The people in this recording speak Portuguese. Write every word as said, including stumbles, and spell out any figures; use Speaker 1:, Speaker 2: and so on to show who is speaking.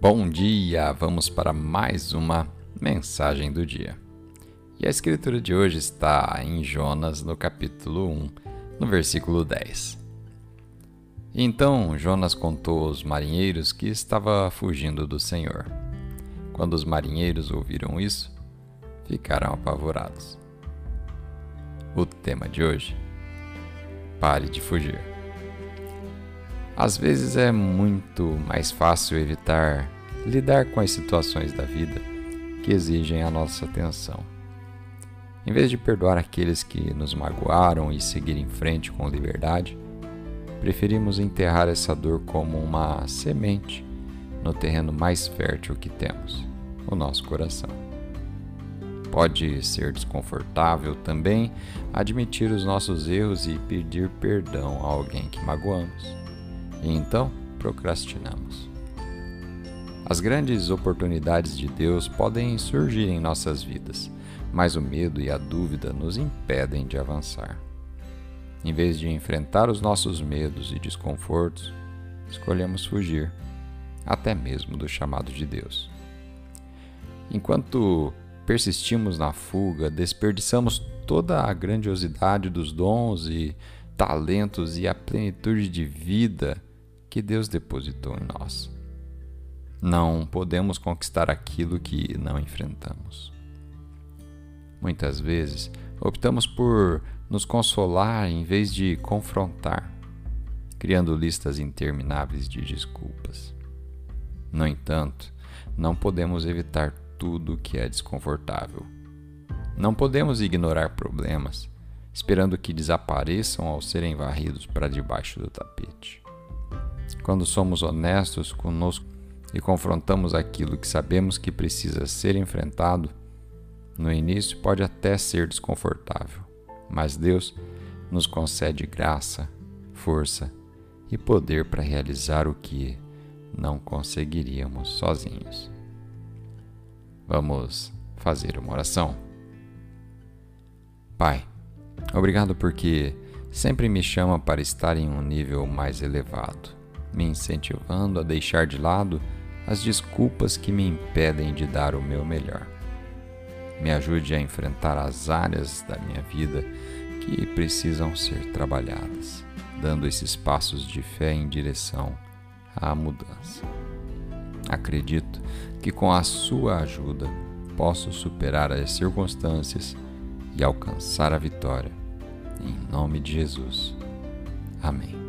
Speaker 1: Bom dia! Vamos para mais uma mensagem do dia. E a escritura de hoje está em Jonas, no capítulo um, no versículo dez. Então Jonas contou aos marinheiros que estava fugindo do Senhor. Quando os marinheiros ouviram isso, ficaram apavorados. O tema de hoje: pare de fugir. Às vezes é muito mais fácil evitar lidar com as situações da vida que exigem a nossa atenção. Em vez de perdoar aqueles que nos magoaram e seguir em frente com liberdade, preferimos enterrar essa dor como uma semente no terreno mais fértil que temos, o nosso coração. Pode ser desconfortável também admitir os nossos erros e pedir perdão a alguém que magoamos. E então procrastinamos. As grandes oportunidades de Deus podem surgir em nossas vidas, mas o medo e a dúvida nos impedem de avançar. Em vez de enfrentar os nossos medos e desconfortos, escolhemos fugir, até mesmo do chamado de Deus. Enquanto persistimos na fuga, desperdiçamos toda a grandiosidade dos dons e talentos e a plenitude de vida que Deus depositou em nós. Não podemos conquistar aquilo que não enfrentamos. Muitas vezes, optamos por nos consolar em vez de confrontar, criando listas intermináveis de desculpas. No entanto, não podemos evitar tudo que é desconfortável. Não podemos ignorar problemas, esperando que desapareçam ao serem varridos para debaixo do tapete. Quando somos honestos conosco e confrontamos aquilo que sabemos que precisa ser enfrentado, no início pode até ser desconfortável, mas Deus nos concede graça, força e poder para realizar o que não conseguiríamos sozinhos. Vamos fazer uma oração. Pai, obrigado porque sempre me chama para estar em um nível mais elevado, me incentivando a deixar de lado as desculpas que me impedem de dar o meu melhor. Me ajude a enfrentar as áreas da minha vida que precisam ser trabalhadas, dando esses passos de fé em direção à mudança. Acredito que com a sua ajuda posso superar as circunstâncias e alcançar a vitória. Em nome de Jesus. Amém.